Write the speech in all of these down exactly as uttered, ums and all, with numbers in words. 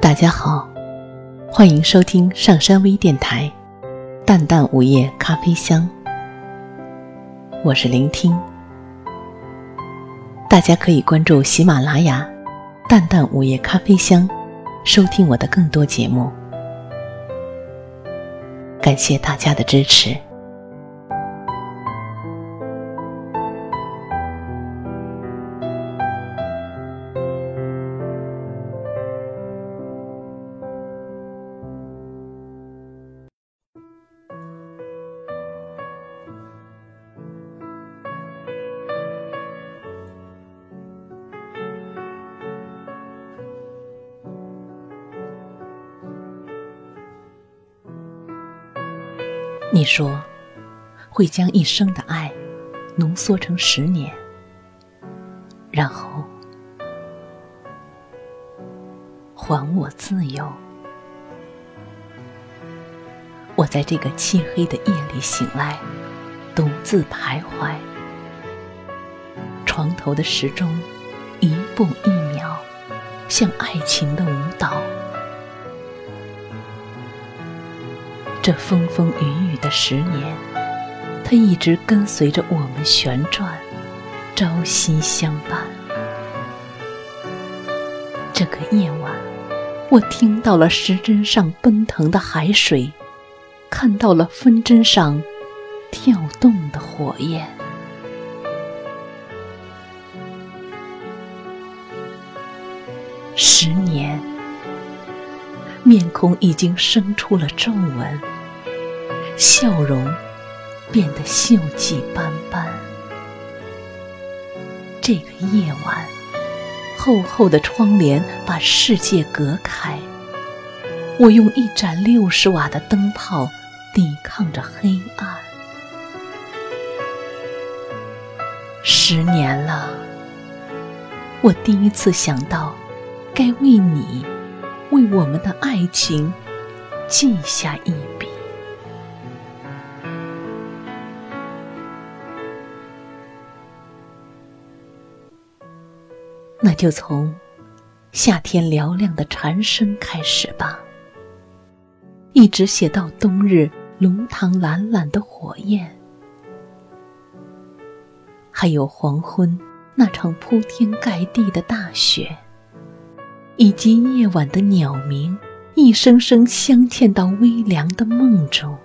大家好，欢迎收听上山微电台淡淡午夜咖啡香，我是聆听。大家可以关注喜马拉雅淡淡午夜咖啡香，收听我的更多节目。感谢大家的支持。你说会将一生的爱浓缩成十年，然后还我自由。我在这个漆黑的夜里醒来，独自徘徊，床头的时钟一步一秒像爱情的舞蹈。这风风雨雨的十年，它一直跟随着我们旋转，朝夕相伴。这个夜晚，我听到了时针上奔腾的海水，看到了分针上跳动的火焰。十年，面孔已经生出了皱纹，笑容变得锈迹斑斑。这个夜晚，厚厚的窗帘把世界隔开，我用一盏六十瓦的灯泡抵抗着黑暗。十年了，我第一次想到该为你，为我们的爱情记下一笔。那就从夏天嘹亮的蝉声开始吧，一直写到冬日龙塘懒懒的火焰，还有黄昏那场铺天盖地的大雪，以及夜晚的鸟鸣一声声镶嵌到微凉的梦中。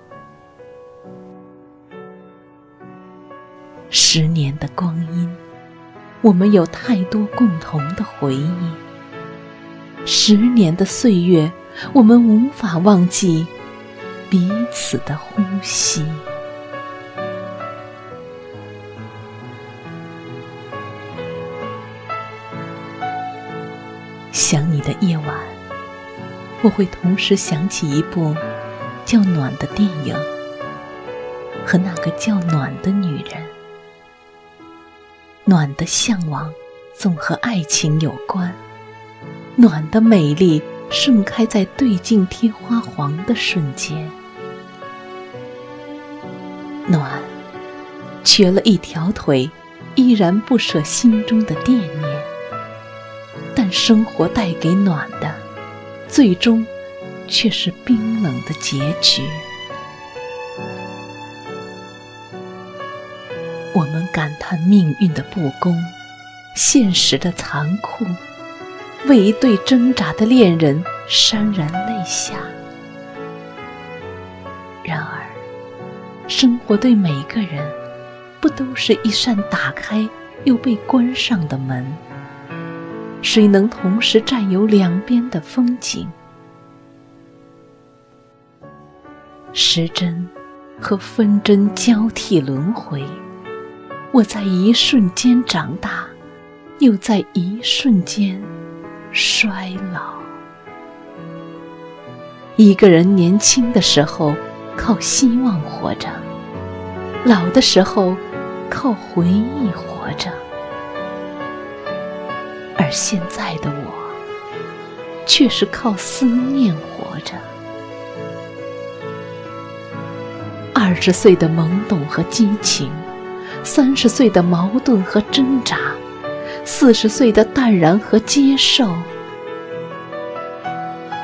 十年的光阴，我们有太多共同的回忆。十年的岁月，我们无法忘记彼此的呼吸。想你的夜晚，我会同时想起一部叫暖的电影，和那个叫暖的女人。暖的向往总和爱情有关，暖的美丽盛开在对镜贴花黄的瞬间。暖缺了一条腿，依然不舍心中的惦念，但生活带给暖的，最终却是冰冷的结局。我们感叹命运的不公，现实的残酷，为一对挣扎的恋人潸然泪下。然而，生活对每个人不都是一扇打开又被关上的门？谁能同时占有两边的风景？时针和分针交替轮回，我在一瞬间长大，又在一瞬间衰老。一个人年轻的时候靠希望活着，老的时候靠回忆活着。而现在的我，却是靠思念活着。二十岁的懵懂和激情，三十岁的矛盾和挣扎，四十岁的淡然和接受，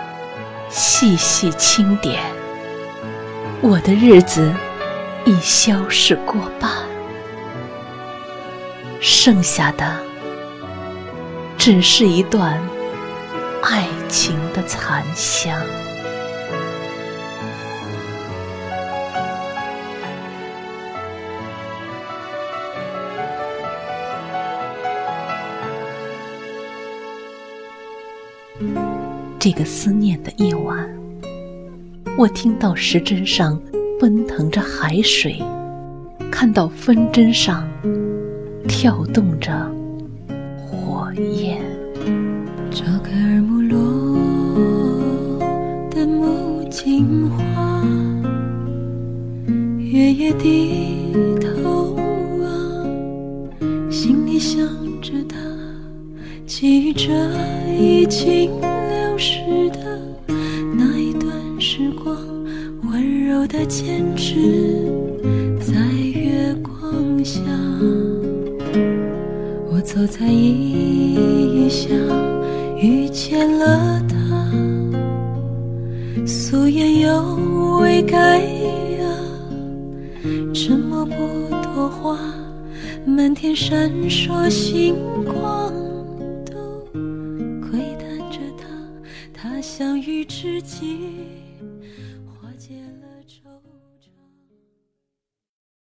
细细轻点，我的日子已消逝过半，剩下的只是一段爱情的残香。这个思念的夜晚，我听到时针上奔腾着海水，看到分针上跳动着火焰。 这个耳目落的木槿花，月夜低头啊，心里想着他，记着已经流逝的那一段时光，温柔的坚持在月光下。我走在意义下，遇见了他，素颜又未改呀，沉默不多话，满天闪烁星光，都窥探着他，他相遇之际